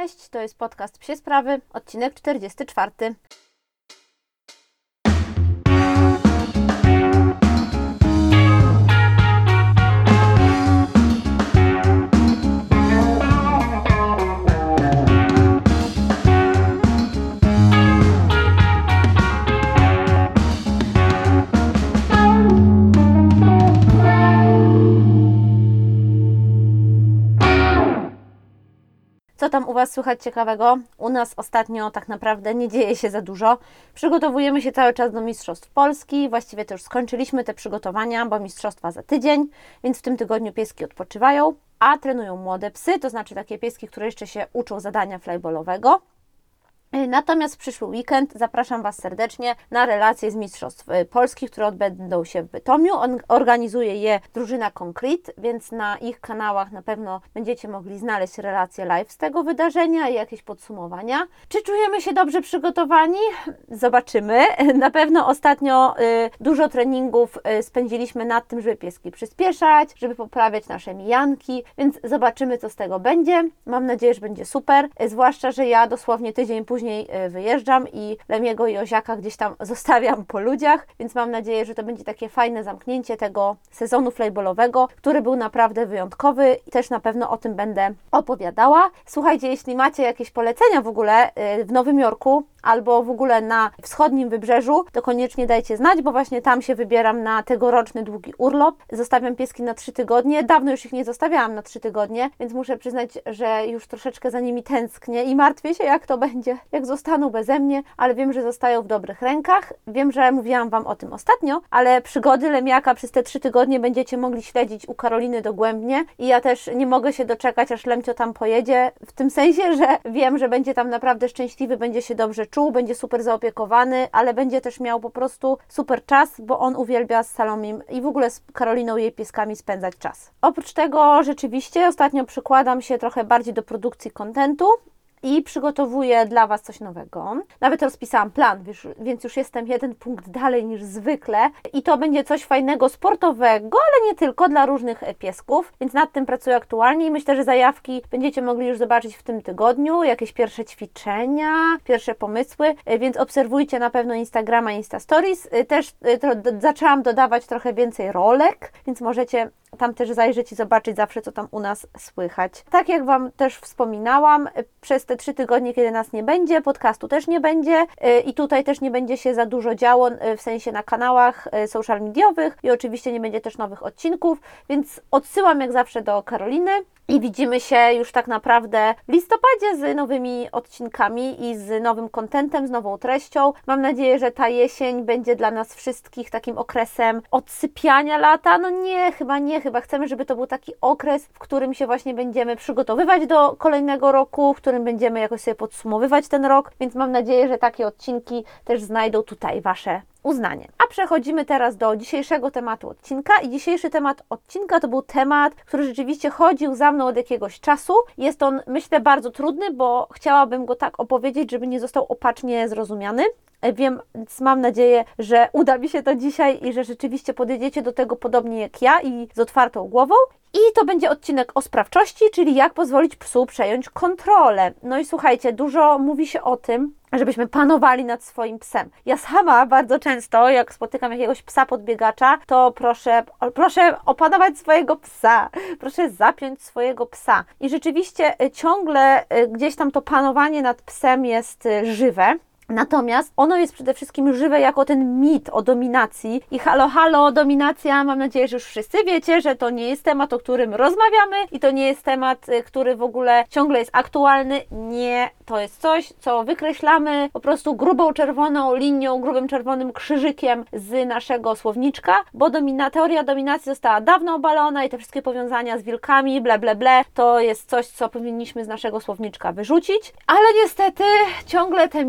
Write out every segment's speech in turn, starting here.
Cześć, to jest podcast Psie Sprawy, odcinek 44. Co tam u Was słychać ciekawego? U nas ostatnio tak naprawdę nie dzieje się za dużo. Przygotowujemy się cały czas do Mistrzostw Polski. Właściwie to już skończyliśmy te przygotowania, bo mistrzostwa za tydzień, więc w tym tygodniu pieski odpoczywają, a trenują młode psy, to znaczy takie pieski, które jeszcze się uczą zadania flyballowego. Natomiast w przyszły weekend zapraszam Was serdecznie na relacje z Mistrzostw Polskich, które odbędą się w Bytomiu. Organizuje je drużyna Concrete, więc na ich kanałach na pewno będziecie mogli znaleźć relacje live z tego wydarzenia i jakieś podsumowania. Czy czujemy się dobrze przygotowani? Zobaczymy. Na pewno ostatnio dużo treningów spędziliśmy nad tym, żeby pieski przyspieszać, żeby poprawiać nasze mijanki, więc zobaczymy, co z tego będzie. Mam nadzieję, że będzie super, zwłaszcza, że ja dosłownie tydzień później wyjeżdżam i Lemiego i Oziaka gdzieś tam zostawiam po ludziach, więc mam nadzieję, że to będzie takie fajne zamknięcie tego sezonu flyballowego, który był naprawdę wyjątkowy i też na pewno o tym będę opowiadała. Słuchajcie, jeśli macie jakieś polecenia w ogóle w Nowym Jorku albo w ogóle na wschodnim wybrzeżu, to koniecznie dajcie znać, bo właśnie tam się wybieram na tegoroczny długi urlop. Zostawiam pieski na 3 tygodnie. Dawno już ich nie zostawiałam na 3 tygodnie, więc muszę przyznać, że już troszeczkę za nimi tęsknię i martwię się, jak to będzie, jak zostaną beze mnie, ale wiem, że zostają w dobrych rękach. Wiem, że mówiłam Wam o tym ostatnio, ale przygody Lemiaka przez te 3 tygodnie będziecie mogli śledzić u Karoliny dogłębnie i ja też nie mogę się doczekać, aż Lemcio tam pojedzie, w tym sensie, że wiem, że będzie tam naprawdę szczęśliwy, będzie się dobrze czuł, będzie super zaopiekowany, ale będzie też miał po prostu super czas, bo on uwielbia z Salomim i w ogóle z Karoliną, jej pieskami spędzać czas. Oprócz tego rzeczywiście ostatnio przykładam się trochę bardziej do produkcji kontentu i przygotowuję dla Was coś nowego. Nawet rozpisałam plan, więc już jestem jeden punkt dalej niż zwykle i to będzie coś fajnego, sportowego, ale nie tylko, dla różnych piesków, więc nad tym pracuję aktualnie i myślę, że zajawki będziecie mogli już zobaczyć w tym tygodniu, jakieś pierwsze ćwiczenia, pierwsze pomysły, więc obserwujcie na pewno Instagrama, Insta Stories. Też zaczęłam dodawać trochę więcej rolek, więc możecie tam też zajrzeć i zobaczyć zawsze, co tam u nas słychać. Tak jak Wam też wspominałam, przez te 3 tygodnie, kiedy nas nie będzie, podcastu też nie będzie i tutaj też nie będzie się za dużo działo, w sensie na kanałach social mediowych i oczywiście nie będzie też nowych odcinków, więc odsyłam jak zawsze do Karoliny. I widzimy się już tak naprawdę w listopadzie z nowymi odcinkami i z nowym kontentem, z nową treścią. Mam nadzieję, że ta jesień będzie dla nas wszystkich takim okresem odsypiania lata. No nie, chyba chcemy, żeby to był taki okres, w którym się właśnie będziemy przygotowywać do kolejnego roku, w którym będziemy jakoś sobie podsumowywać ten rok, więc mam nadzieję, że takie odcinki też znajdą tutaj Wasze uznanie. A przechodzimy teraz do dzisiejszego tematu odcinka i dzisiejszy temat odcinka to był temat, który rzeczywiście chodził za mną od jakiegoś czasu. Jest on, myślę, bardzo trudny, bo chciałabym go tak opowiedzieć, żeby nie został opacznie zrozumiany. Więc mam nadzieję, że uda mi się to dzisiaj i że rzeczywiście podejdziecie do tego podobnie jak ja i z otwartą głową. I to będzie odcinek o sprawczości, czyli jak pozwolić psu przejąć kontrolę. No i słuchajcie, dużo mówi się o tym, żebyśmy panowali nad swoim psem. Ja sama bardzo często, jak spotykam jakiegoś psa podbiegacza, to proszę opanować swojego psa, proszę zapiąć swojego psa. I rzeczywiście ciągle gdzieś tam to panowanie nad psem jest żywe. Natomiast ono jest przede wszystkim żywe jako ten mit o dominacji i halo, dominacja, mam nadzieję, że już wszyscy wiecie, że to nie jest temat, o którym rozmawiamy i to nie jest temat, który w ogóle ciągle jest aktualny. Nie, to jest coś, co wykreślamy po prostu grubą czerwoną linią, grubym czerwonym krzyżykiem z naszego słowniczka, bo teoria dominacji została dawno obalona i te wszystkie powiązania z wilkami, ble, to jest coś, co powinniśmy z naszego słowniczka wyrzucić, ale niestety ciągle te mity świecą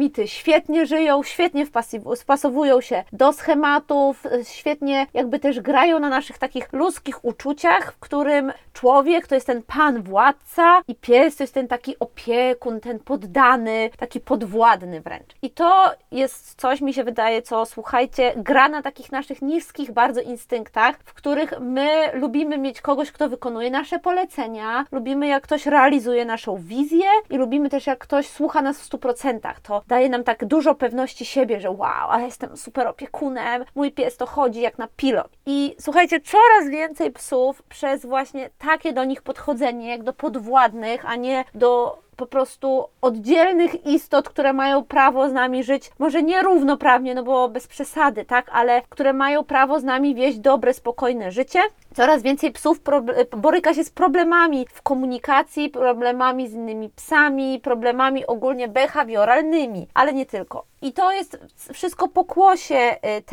świetnie żyją, świetnie wpasowują się do schematów, świetnie jakby też grają na naszych takich ludzkich uczuciach, w którym człowiek to jest ten pan władca i pies to jest ten taki opiekun, ten poddany, taki podwładny wręcz. I to jest coś, mi się wydaje, co, słuchajcie, gra na takich naszych niskich bardzo instynktach, w których my lubimy mieć kogoś, kto wykonuje nasze polecenia, lubimy jak ktoś realizuje naszą wizję i lubimy też jak ktoś słucha nas w 100%. To daje nam tak dużo pewności siebie, że wow, ale jestem super opiekunem, mój pies to chodzi jak na pilot. I słuchajcie, coraz więcej psów przez właśnie takie do nich podchodzenie, jak do podwładnych, a nie do po prostu oddzielnych istot, które mają prawo z nami żyć, może nie równoprawnie, no bo bez przesady, tak, ale które mają prawo z nami wieść dobre, spokojne życie. Coraz więcej psów boryka się z problemami w komunikacji, problemami z innymi psami, problemami ogólnie behawioralnymi, ale nie tylko. I to jest wszystko pokłosie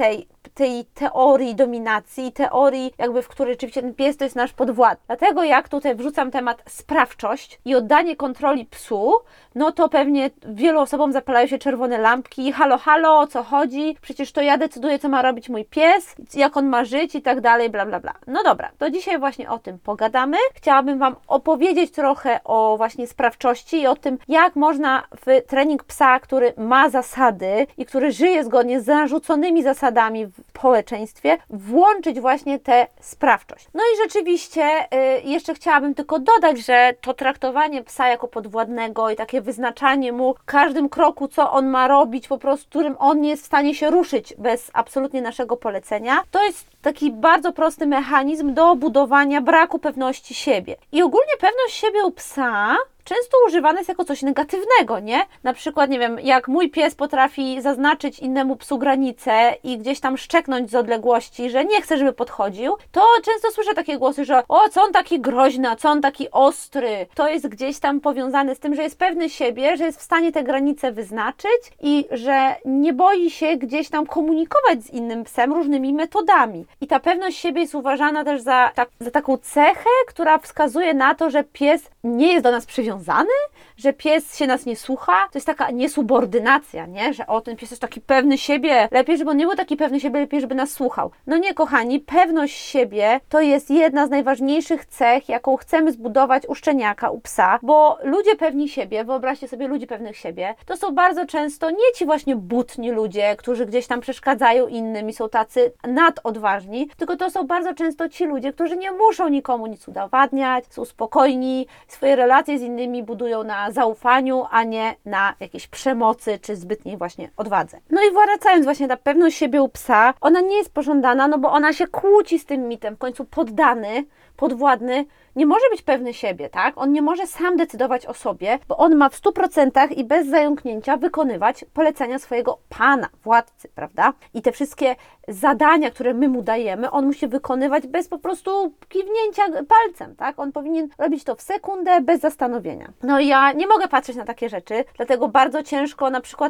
tej teorii dominacji, teorii jakby, w której rzeczywiście ten pies to jest nasz podwładny. Dlatego jak tutaj wrzucam temat sprawczość i oddanie kontroli psu, no to pewnie wielu osobom zapalają się czerwone lampki. Halo, halo, o co chodzi? Przecież to ja decyduję, co ma robić mój pies, jak on ma żyć i tak dalej, bla, bla, bla. No dobra, to dzisiaj właśnie o tym pogadamy. Chciałabym Wam opowiedzieć trochę o właśnie sprawczości i o tym, jak można w trening psa, który ma zasady i który żyje zgodnie z narzuconymi zasadami w społeczeństwie, włączyć właśnie tę sprawczość. No i rzeczywiście jeszcze chciałabym tylko dodać, że to traktowanie psa jako podwładnego i takie wyznaczanie mu w każdym kroku, co on ma robić, po prostu, którym on nie jest w stanie się ruszyć bez absolutnie naszego polecenia, to jest taki bardzo prosty mechanizm do budowania braku pewności siebie. I ogólnie pewność siebie u psa często używane jest jako coś negatywnego, nie? Na przykład, nie wiem, jak mój pies potrafi zaznaczyć innemu psu granicę i gdzieś tam szczeknąć z odległości, że nie chce, żeby podchodził, to często słyszę takie głosy, że o, co on taki groźny, co on taki ostry. To jest gdzieś tam powiązane z tym, że jest pewny siebie, że jest w stanie te granice wyznaczyć i że nie boi się gdzieś tam komunikować z innym psem różnymi metodami. I ta pewność siebie jest uważana też za taką cechę, która wskazuje na to, że pies nie jest do nas przywiązany, że pies się nas nie słucha. To jest taka niesubordynacja, nie? Że o, ten pies jest taki pewny siebie, lepiej, żeby on nie był taki pewny siebie, lepiej, żeby nas słuchał. No nie, kochani, pewność siebie to jest jedna z najważniejszych cech, jaką chcemy zbudować u szczeniaka, u psa, bo ludzie pewni siebie, wyobraźcie sobie ludzi pewnych siebie, to są bardzo często nie ci właśnie butni ludzie, którzy gdzieś tam przeszkadzają innym i są tacy nadodważni, tylko to są bardzo często ci ludzie, którzy nie muszą nikomu nic udowadniać, są spokojni, swoje relacje z innymi budują na zaufaniu, a nie na jakiejś przemocy czy zbytniej właśnie odwadze. No i wracając właśnie, ta pewność siebie u psa, ona nie jest pożądana, no bo ona się kłóci z tym mitem. W końcu poddany, podwładny nie może być pewny siebie, tak? On nie może sam decydować o sobie, bo on ma w 100% i bez zająknięcia wykonywać polecenia swojego pana, władcy, prawda? I te wszystkie zadania, które my mu dajemy, on musi wykonywać bez po prostu kiwnięcia palcem, tak? On powinien robić to w sekundę, bez zastanowienia. No i ja nie mogę patrzeć na takie rzeczy, dlatego bardzo ciężko na przykład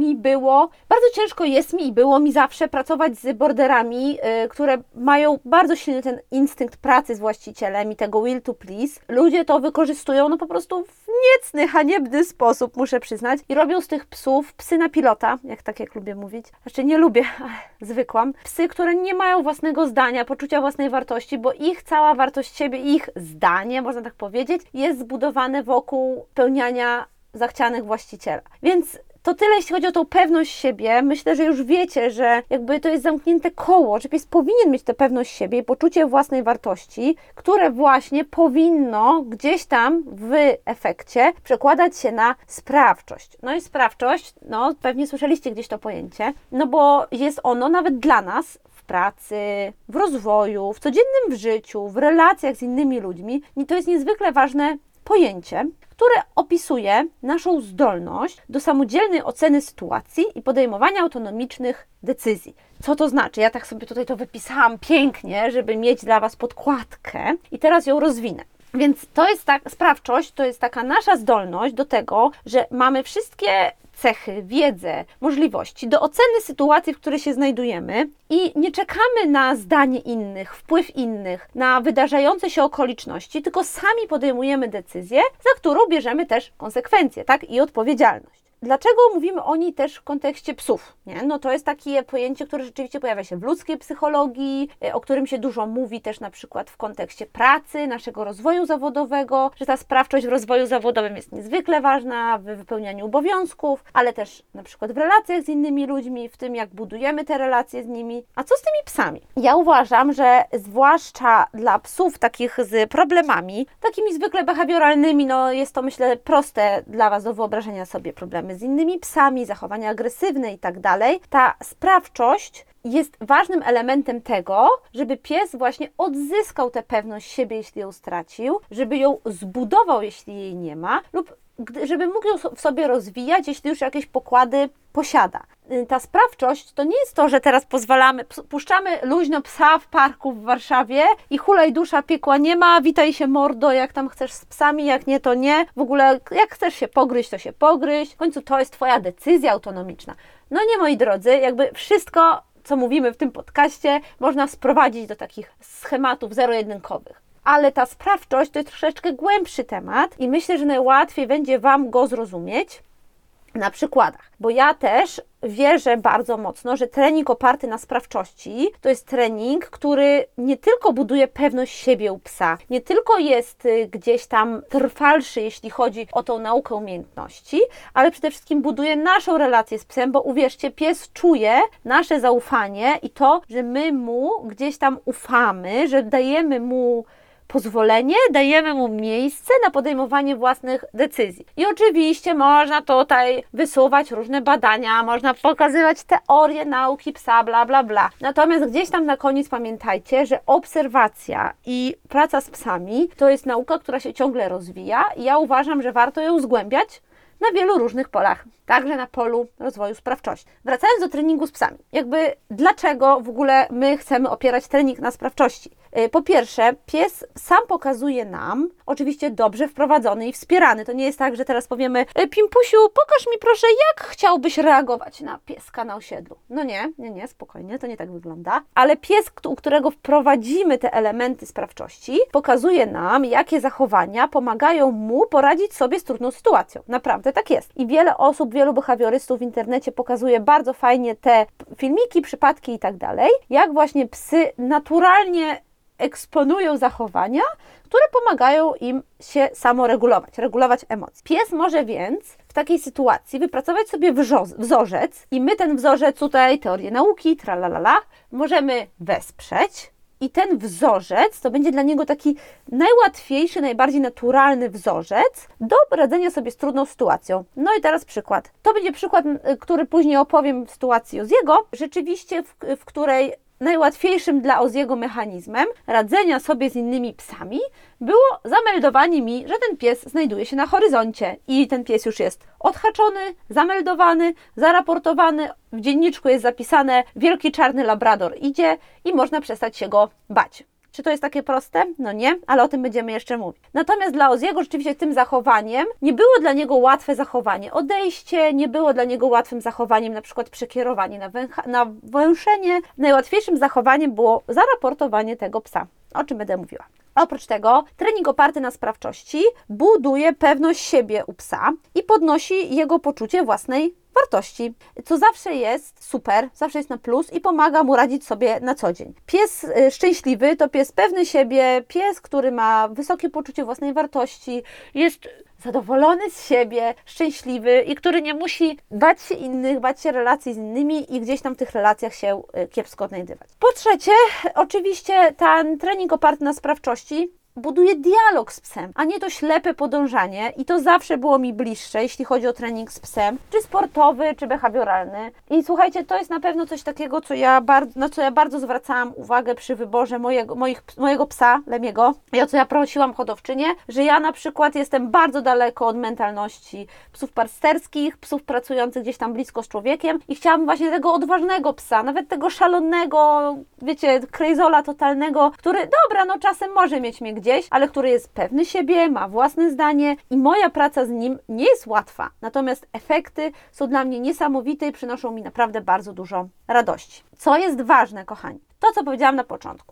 bardzo ciężko jest mi i było mi zawsze pracować z borderami, które mają bardzo silny ten instynkt pracy z właścicielem i tego will to please. Ludzie to wykorzystują no po prostu w niecny, haniebny sposób, muszę przyznać, i robią z tych psów psy na pilota, jak lubię mówić. Znaczy nie lubię, ale zwykłam. Psy, które nie mają własnego zdania, poczucia własnej wartości, bo ich cała wartość siebie, ich zdanie, można tak powiedzieć, jest zbudowane wokół spełniania zachcianych właściciela. Więc to tyle, jeśli chodzi o tą pewność siebie. Myślę, że już wiecie, że jakby to jest zamknięte koło, że pies powinien mieć tę pewność siebie i poczucie własnej wartości, które właśnie powinno gdzieś tam w efekcie przekładać się na sprawczość. No i sprawczość, no pewnie słyszeliście gdzieś to pojęcie, no bo jest ono nawet dla nas w pracy, w rozwoju, w codziennym życiu, w relacjach z innymi ludźmi. I to jest niezwykle ważne pojęcie, które opisuje naszą zdolność do samodzielnej oceny sytuacji i podejmowania autonomicznych decyzji. Co to znaczy? Ja tak sobie tutaj to wypisałam pięknie, żeby mieć dla Was podkładkę i teraz ją rozwinę. Więc to jest sprawczość, to jest taka nasza zdolność do tego, że mamy wszystkie cechy, wiedzę, możliwości do oceny sytuacji, w której się znajdujemy i nie czekamy na zdanie innych, wpływ innych, na wydarzające się okoliczności, tylko sami podejmujemy decyzję, za którą bierzemy też konsekwencje, tak? I odpowiedzialność. dlaczego mówimy o niej też w kontekście psów? Nie? No to jest takie pojęcie, które rzeczywiście pojawia się w ludzkiej psychologii, o którym się dużo mówi też na przykład w kontekście pracy, naszego rozwoju zawodowego, że ta sprawczość w rozwoju zawodowym jest niezwykle ważna, w wypełnianiu obowiązków, ale też na przykład w relacjach z innymi ludźmi, w tym jak budujemy te relacje z nimi. A co z tymi psami? Ja uważam, że zwłaszcza dla psów takich z problemami, takimi zwykle behawioralnymi, no jest to myślę proste dla Was do wyobrażenia sobie, problemy z innymi psami, zachowania agresywne i tak dalej, ta sprawczość jest ważnym elementem tego, żeby pies właśnie odzyskał tę pewność siebie, jeśli ją stracił, żeby ją zbudował, jeśli jej nie ma, lub żeby mógł ją w sobie rozwijać, jeśli już jakieś pokłady posiada. Ta sprawczość to nie jest to, że teraz puszczamy luźno psa w parku w Warszawie i hulaj dusza, piekła nie ma, witaj się mordo, jak tam chcesz z psami, jak nie, to nie. W ogóle jak chcesz się pogryźć, to się pogryź. W końcu to jest Twoja decyzja autonomiczna. No nie, moi drodzy, jakby wszystko, co mówimy w tym podcaście, można sprowadzić do takich schematów zero-jedynkowych. Ale ta sprawczość to jest troszeczkę głębszy temat i myślę, że najłatwiej będzie Wam go zrozumieć na przykładach. Bo ja też wierzę bardzo mocno, że trening oparty na sprawczości to jest trening, który nie tylko buduje pewność siebie u psa, nie tylko jest gdzieś tam trwalszy, jeśli chodzi o tą naukę umiejętności, ale przede wszystkim buduje naszą relację z psem, bo uwierzcie, pies czuje nasze zaufanie i to, że my mu gdzieś tam ufamy, że dajemy mu pozwolenie, dajemy mu miejsce na podejmowanie własnych decyzji. I oczywiście można tutaj wysuwać różne badania, można pokazywać teorie nauki psa, bla, bla, bla. Natomiast gdzieś tam na koniec pamiętajcie, że obserwacja i praca z psami to jest nauka, która się ciągle rozwija i ja uważam, że warto ją zgłębiać na wielu różnych polach, także na polu rozwoju sprawczości. Wracając do treningu z psami, dlaczego w ogóle my chcemy opierać trening na sprawczości? Po pierwsze, pies sam pokazuje nam, oczywiście dobrze wprowadzony i wspierany. To nie jest tak, że teraz powiemy: Pimpusiu, pokaż mi proszę, jak chciałbyś reagować na pieska na osiedlu. No nie, spokojnie, to nie tak wygląda. Ale pies, u którego wprowadzimy te elementy sprawczości, pokazuje nam, jakie zachowania pomagają mu poradzić sobie z trudną sytuacją. Naprawdę tak jest. I wiele osób, wielu behawiorystów w internecie pokazuje bardzo fajnie te filmiki, przypadki i tak dalej, jak właśnie psy naturalnie eksponują zachowania, które pomagają im się samoregulować, regulować emocje. Pies może więc w takiej sytuacji wypracować sobie wzorzec i my ten wzorzec tutaj, teorię nauki, tralalala, możemy wesprzeć i ten wzorzec to będzie dla niego taki najłatwiejszy, najbardziej naturalny wzorzec do radzenia sobie z trudną sytuacją. No i teraz przykład. To będzie przykład, który później opowiem w sytuacji Oziego, rzeczywiście w której najłatwiejszym dla Oziego mechanizmem radzenia sobie z innymi psami było zameldowanie mi, że ten pies znajduje się na horyzoncie i ten pies już jest odhaczony, zameldowany, zaraportowany, w dzienniczku jest zapisane: wielki czarny labrador idzie i można przestać się go bać. Czy to jest takie proste? No nie, ale o tym będziemy jeszcze mówić. Natomiast dla Oziego rzeczywiście tym zachowaniem nie było dla niego łatwe zachowanie. Odejście nie było dla niego łatwym zachowaniem, na przykład przekierowanie na węszenie. Najłatwiejszym zachowaniem było zaraportowanie tego psa, o czym będę mówiła. Oprócz tego trening oparty na sprawczości buduje pewność siebie u psa i podnosi jego poczucie własnej wartości, co zawsze jest super, zawsze jest na plus i pomaga mu radzić sobie na co dzień. Pies szczęśliwy to pies pewny siebie, pies, który ma wysokie poczucie własnej wartości, jest zadowolony z siebie, szczęśliwy i który nie musi bać się innych, bać się relacji z innymi i gdzieś tam w tych relacjach się kiepsko odnajdywać. Po trzecie, oczywiście ten trening oparty na sprawczości buduje dialog z psem, a nie to ślepe podążanie i to zawsze było mi bliższe, jeśli chodzi o trening z psem, czy sportowy, czy behawioralny. I słuchajcie, to jest na pewno coś takiego, na co ja bardzo zwracałam uwagę przy wyborze mojego psa, Lemiego, i o co ja prosiłam hodowczynię, że ja na przykład jestem bardzo daleko od mentalności psów pasterskich, psów pracujących gdzieś tam blisko z człowiekiem i chciałam właśnie tego odważnego psa, nawet tego szalonego, wiecie, krejzola totalnego, który, dobra, no czasem może mieć mnie gdzieś, ale który jest pewny siebie, ma własne zdanie i moja praca z nim nie jest łatwa. Natomiast efekty są dla mnie niesamowite i przynoszą mi naprawdę bardzo dużo radości. Co jest ważne, kochani? To, co powiedziałam na początku.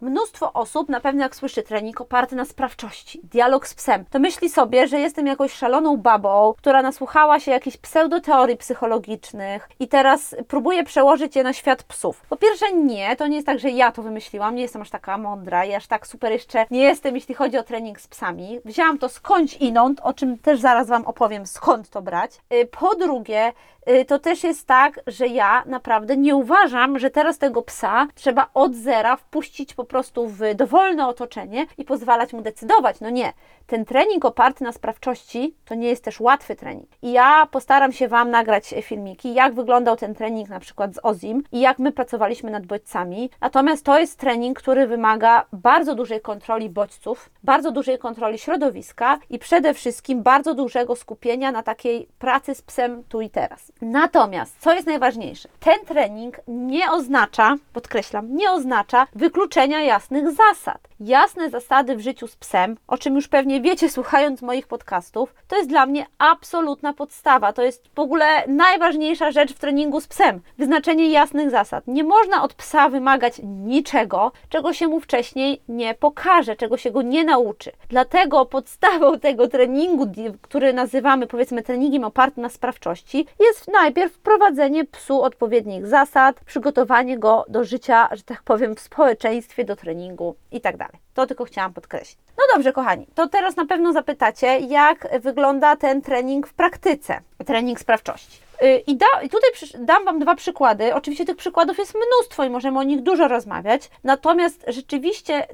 Mnóstwo osób na pewno jak słyszy trening oparty na sprawczości, dialog z psem, to myśli sobie, że jestem jakąś szaloną babą, która nasłuchała się jakichś pseudoteorii psychologicznych i teraz próbuje przełożyć je na świat psów. Po pierwsze nie, to nie jest tak, że ja to wymyśliłam, nie jestem aż taka mądra i aż tak super jeszcze nie jestem, jeśli chodzi o trening z psami. Wzięłam to skądś inąd, o czym też zaraz Wam opowiem, skąd to brać. Po drugie, to też jest tak, że ja naprawdę nie uważam, że teraz tego psa trzeba od zera wpuścić po prostu w dowolne otoczenie i pozwalać mu decydować. No nie. Ten trening oparty na sprawczości to nie jest też łatwy trening. I ja postaram się Wam nagrać filmiki, jak wyglądał ten trening na przykład z Ozim i jak my pracowaliśmy nad bodźcami. Natomiast to jest trening, który wymaga bardzo dużej kontroli bodźców, bardzo dużej kontroli środowiska i przede wszystkim bardzo dużego skupienia na takiej pracy z psem tu i teraz. Natomiast, co jest najważniejsze, ten trening nie oznacza, podkreślam, nie oznacza wykluczenia jasnych zasad. Jasne zasady w życiu z psem, o czym już pewnie wiecie słuchając moich podcastów, to jest dla mnie absolutna podstawa. To jest w ogóle najważniejsza rzecz w treningu z psem. Wyznaczenie jasnych zasad. Nie można od psa wymagać niczego, czego się mu wcześniej nie pokaże, czego się go nie nauczy. Dlatego podstawą tego treningu, który nazywamy powiedzmy treningiem opartym na sprawczości, jest najpierw wprowadzenie psu odpowiednich zasad, przygotowanie go do życia, że tak powiem, w społeczeństwie, do treningu i tak dalej. To tylko chciałam podkreślić. No dobrze, kochani, to teraz na pewno zapytacie, jak wygląda ten trening w praktyce, trening sprawczości. I tutaj dam Wam 2 przykłady. Oczywiście tych przykładów jest mnóstwo i możemy o nich dużo rozmawiać. Natomiast rzeczywiście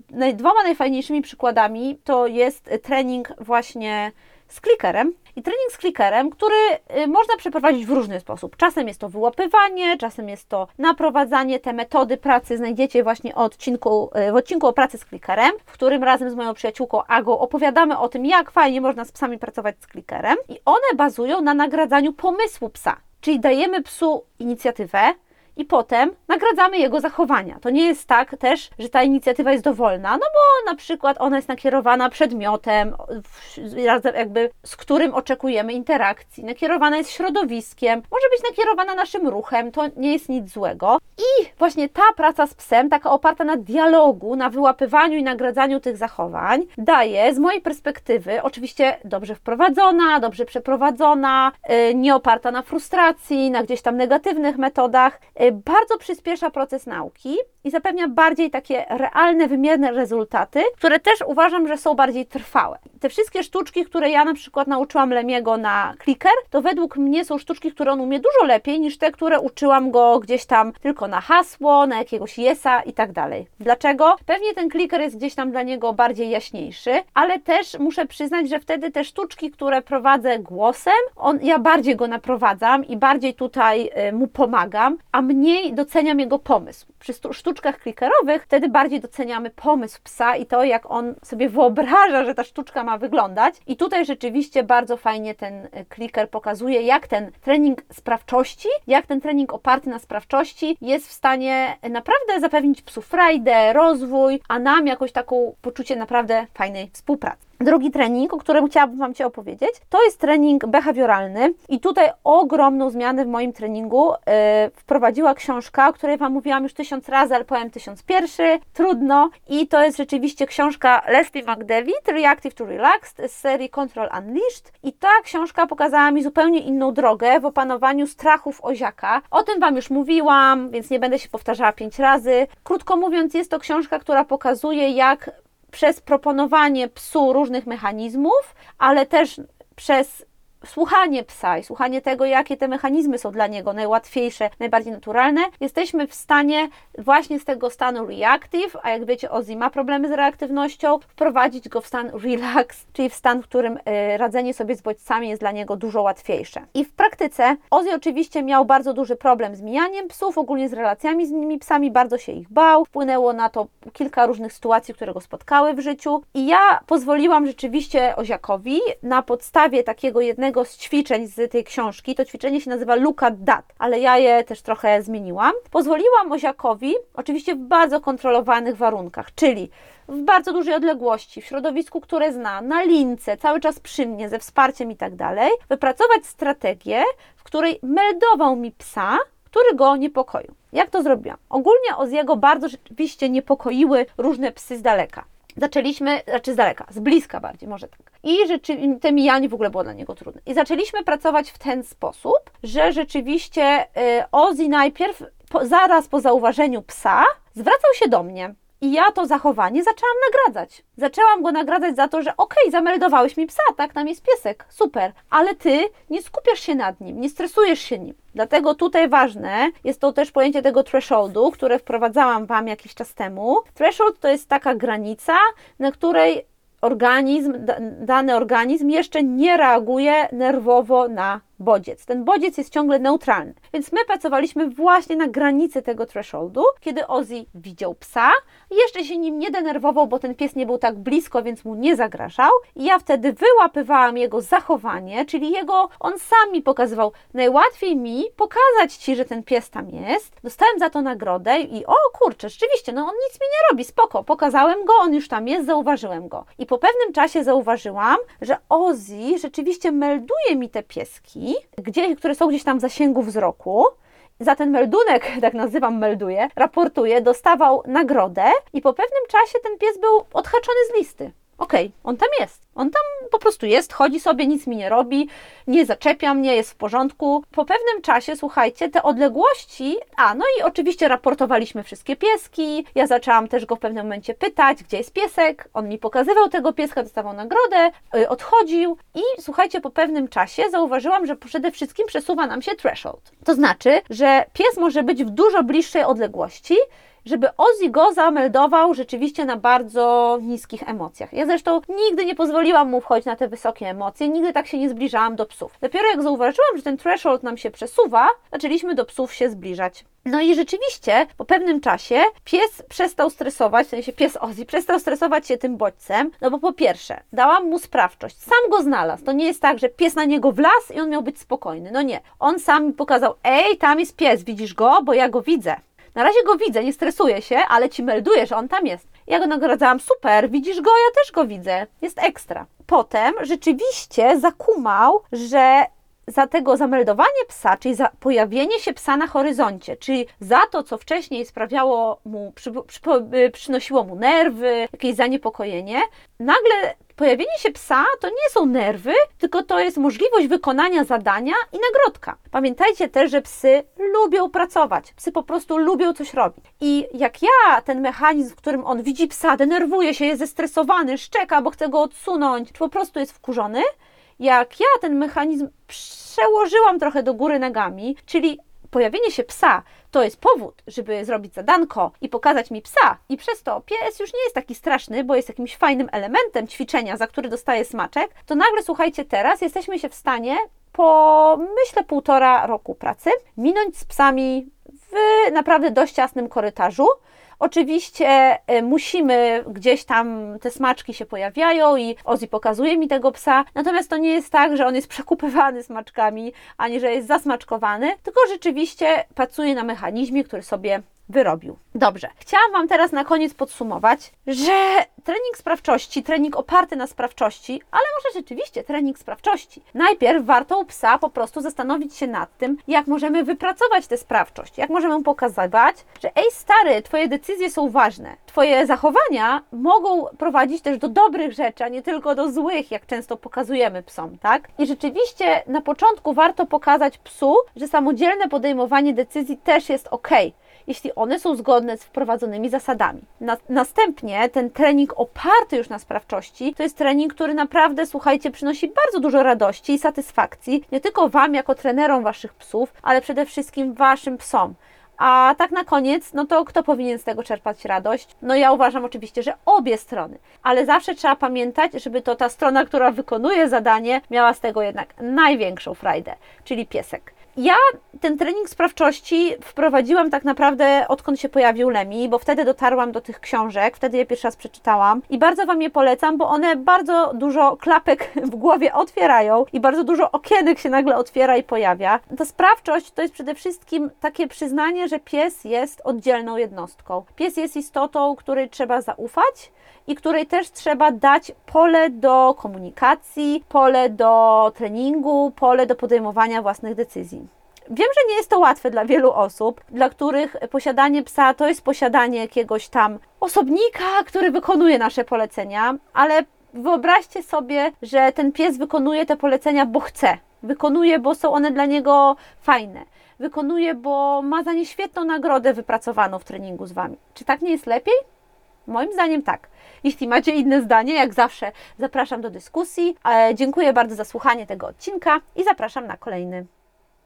2 najfajniejszymi przykładami to jest trening właśnie z klikerem. I trening z klikerem, który można przeprowadzić w różny sposób. Czasem jest to wyłapywanie, czasem jest to naprowadzanie. Te metody pracy znajdziecie właśnie w odcinku o pracy z klikerem, w którym razem z moją przyjaciółką Agą opowiadamy o tym, jak fajnie można z psami pracować z klikerem. I one bazują na nagradzaniu pomysłu psa. Czyli dajemy psu inicjatywę, i potem nagradzamy jego zachowania. To nie jest tak też, że ta inicjatywa jest dowolna, no bo na przykład ona jest nakierowana przedmiotem, z którym oczekujemy interakcji, nakierowana jest środowiskiem, może być nakierowana naszym ruchem, to nie jest nic złego. I właśnie ta praca z psem, taka oparta na dialogu, na wyłapywaniu i nagradzaniu tych zachowań, daje z mojej perspektywy, oczywiście dobrze wprowadzona, dobrze przeprowadzona, nie oparta na frustracji, na gdzieś tam negatywnych metodach, bardzo przyspiesza proces nauki i zapewnia bardziej takie realne, wymierne rezultaty, które też uważam, że są bardziej trwałe. Te wszystkie sztuczki, które ja na przykład nauczyłam Lemiego na kliker, to według mnie są sztuczki, które on umie dużo lepiej niż te, które uczyłam go gdzieś tam tylko na hasło, na jakiegoś yesa i tak dalej. Dlaczego? Pewnie ten kliker jest gdzieś tam dla niego bardziej jaśniejszy, ale też muszę przyznać, że wtedy te sztuczki, które prowadzę głosem, ja bardziej go naprowadzam i bardziej tutaj mu pomagam, a mniej doceniam jego pomysł. Przy sztuczkach klikerowych wtedy bardziej doceniamy pomysł psa i to, jak on sobie wyobraża, że ta sztuczka ma wyglądać. I tutaj rzeczywiście bardzo fajnie ten kliker pokazuje, jak ten trening sprawczości, jak ten trening oparty na sprawczości jest w stanie naprawdę zapewnić psu frajdę, rozwój, a nam jakoś taką poczucie naprawdę fajnej współpracy. Drugi trening, o którym chciałabym Wam Cię opowiedzieć, to jest trening behawioralny i tutaj ogromną zmianę w moim treningu wprowadziła książka, o której Wam mówiłam już 1000 razy, ale powiem 1001, trudno. I to jest rzeczywiście książka Leslie McDevitt, Reactive to Relaxed z serii Control Unleashed. I ta książka pokazała mi zupełnie inną drogę w opanowaniu strachów oziaka. O tym Wam już mówiłam, więc nie będę się powtarzała 5 razy. Krótko mówiąc, jest to książka, która pokazuje, jak przez proponowanie psu różnych mechanizmów, ale też przez słuchanie psa i słuchanie tego, jakie te mechanizmy są dla niego najłatwiejsze, najbardziej naturalne, jesteśmy w stanie właśnie z tego stanu reactive, a jak wiecie, Ozzy ma problemy z reaktywnością, wprowadzić go w stan relax, czyli w stan, w którym radzenie sobie z bodźcami jest dla niego dużo łatwiejsze. I w praktyce Ozzy oczywiście miał bardzo duży problem z mijaniem psów, ogólnie z relacjami z innymi psami, bardzo się ich bał, wpłynęło na to kilka różnych sytuacji, które go spotkały w życiu i ja pozwoliłam rzeczywiście Oziakowi na podstawie takiego jednego z ćwiczeń z tej książki, to ćwiczenie się nazywa Look at That, ale ja je też trochę zmieniłam. Pozwoliłam Oziakowi, oczywiście w bardzo kontrolowanych warunkach, czyli w bardzo dużej odległości, w środowisku, które zna, na lince, cały czas przy mnie, ze wsparciem i tak dalej, wypracować strategię, w której meldował mi psa, który go niepokoił. Jak to zrobiłam? Ogólnie Ozzy'ego bardzo rzeczywiście niepokoiły różne psy z daleka. Zaczęliśmy, z daleka, z bliska bardziej, może tak. I te mijanie w ogóle było dla niego trudne. I zaczęliśmy pracować w ten sposób, że rzeczywiście Ozzy najpierw, zaraz po zauważeniu psa, zwracał się do mnie. I ja to zachowanie zaczęłam nagradzać. Zaczęłam go nagradzać za to, że okej, zameldowałeś mi psa, tak, tam jest piesek, super, ale ty nie skupiasz się nad nim, nie stresujesz się nim. Dlatego tutaj ważne jest to też pojęcie tego thresholdu, które wprowadzałam Wam jakiś czas temu. Threshold to jest taka granica, na której dany organizm jeszcze nie reaguje nerwowo na bodziec. Ten bodziec jest ciągle neutralny. Więc my pracowaliśmy właśnie na granicy tego thresholdu, kiedy Ozzy widział psa, jeszcze się nim nie denerwował, bo ten pies nie był tak blisko, więc mu nie zagrażał. I ja wtedy wyłapywałam jego zachowanie, czyli on sam mi pokazywał. Najłatwiej mi pokazać Ci, że ten pies tam jest. Dostałem za to nagrodę i o kurczę, rzeczywiście, no on nic mi nie robi, spoko. Pokazałem go, on już tam jest, zauważyłem go. I po pewnym czasie zauważyłam, że Ozzy rzeczywiście melduje mi te pieski, które są gdzieś tam w zasięgu wzroku. Za ten meldunek, tak nazywam, raportuje, dostawał nagrodę i po pewnym czasie ten pies był odhaczony z listy. Okej, on tam jest. On tam po prostu jest, chodzi sobie, nic mi nie robi, nie zaczepia mnie, jest w porządku. Po pewnym czasie, słuchajcie, te odległości, no i oczywiście raportowaliśmy wszystkie pieski, ja zaczęłam też go w pewnym momencie pytać, gdzie jest piesek, on mi pokazywał tego pieska, dostawał nagrodę, odchodził i słuchajcie, po pewnym czasie zauważyłam, że przede wszystkim przesuwa nam się threshold. To znaczy, że pies może być w dużo bliższej odległości, żeby Ozzy go zameldował rzeczywiście na bardzo niskich emocjach. Ja zresztą nigdy nie pozwoliłam mu wchodzić na te wysokie emocje, nigdy tak się nie zbliżałam do psów. Dopiero jak zauważyłam, że ten threshold nam się przesuwa, zaczęliśmy do psów się zbliżać. No i rzeczywiście po pewnym czasie pies przestał stresować, w sensie pies Ozzy przestał stresować się tym bodźcem, no bo po pierwsze, dałam mu sprawczość, sam go znalazł. To nie jest tak, że pies na niego wlazł i on miał być spokojny. No nie. On sam mi pokazał, tam jest pies, widzisz go? Bo ja go widzę. Na razie go widzę, nie stresuję się, ale Ci melduję, że on tam jest. Ja go nagradzałam, super, widzisz go, ja też go widzę, jest ekstra. Potem rzeczywiście zakumał, że za tego zameldowanie psa, czyli za pojawienie się psa na horyzoncie, czyli za to, co wcześniej sprawiało mu, przynosiło mu nerwy, jakieś zaniepokojenie, nagle pojawienie się psa to nie są nerwy, tylko to jest możliwość wykonania zadania i nagrodka. Pamiętajcie też, że psy lubią pracować. Psy po prostu lubią coś robić. I jak ja ten mechanizm, w którym on widzi psa, denerwuje się, jest zestresowany, szczeka, bo chce go odsunąć, czy po prostu jest wkurzony, jak ja ten mechanizm przełożyłam trochę do góry nogami, czyli pojawienie się psa to jest powód, żeby zrobić zadanko i pokazać mi psa i przez to pies już nie jest taki straszny, bo jest jakimś fajnym elementem ćwiczenia, za który dostaje smaczek, to nagle, słuchajcie, teraz jesteśmy się w stanie po, myślę, 1,5 roku pracy minąć z psami w naprawdę dość ciasnym korytarzu. Oczywiście musimy, gdzieś tam te smaczki się pojawiają i Ozzy pokazuje mi tego psa, natomiast to nie jest tak, że on jest przekupywany smaczkami, ani że jest zasmaczkowany, tylko rzeczywiście pracuje na mechanizmie, który sobie wyrobił. Dobrze, chciałam Wam teraz na koniec podsumować, że trening sprawczości, trening oparty na sprawczości, ale może rzeczywiście trening sprawczości. Najpierw warto u psa po prostu zastanowić się nad tym, jak możemy wypracować tę sprawczość, jak możemy mu pokazywać, że stary, Twoje decyzje są ważne, Twoje zachowania mogą prowadzić też do dobrych rzeczy, a nie tylko do złych, jak często pokazujemy psom, tak? I rzeczywiście na początku warto pokazać psu, że samodzielne podejmowanie decyzji też jest ok, jeśli one są zgodne z wprowadzonymi zasadami. Następnie ten trening oparty już na sprawczości, to jest trening, który naprawdę, słuchajcie, przynosi bardzo dużo radości i satysfakcji, nie tylko Wam jako trenerom Waszych psów, ale przede wszystkim Waszym psom. A tak na koniec, no to kto powinien z tego czerpać radość? No ja uważam oczywiście, że obie strony, ale zawsze trzeba pamiętać, żeby to ta strona, która wykonuje zadanie, miała z tego jednak największą frajdę, czyli piesek. Ja ten trening sprawczości wprowadziłam tak naprawdę odkąd się pojawił Lemmy, bo wtedy dotarłam do tych książek, wtedy je pierwszy raz przeczytałam i bardzo Wam je polecam, bo one bardzo dużo klapek w głowie otwierają i bardzo dużo okienek się nagle otwiera i pojawia. Ta sprawczość to jest przede wszystkim takie przyznanie, że pies jest oddzielną jednostką. Pies jest istotą, której trzeba zaufać i której też trzeba dać pole do komunikacji, pole do treningu, pole do podejmowania własnych decyzji. Wiem, że nie jest to łatwe dla wielu osób, dla których posiadanie psa to jest posiadanie jakiegoś tam osobnika, który wykonuje nasze polecenia, ale wyobraźcie sobie, że ten pies wykonuje te polecenia, bo chce. Wykonuje, bo są one dla niego fajne. Wykonuje, bo ma za nie świetną nagrodę wypracowaną w treningu z Wami. Czy tak nie jest lepiej? Moim zdaniem tak. Jeśli macie inne zdanie, jak zawsze zapraszam do dyskusji. Dziękuję bardzo za słuchanie tego odcinka i zapraszam na kolejny.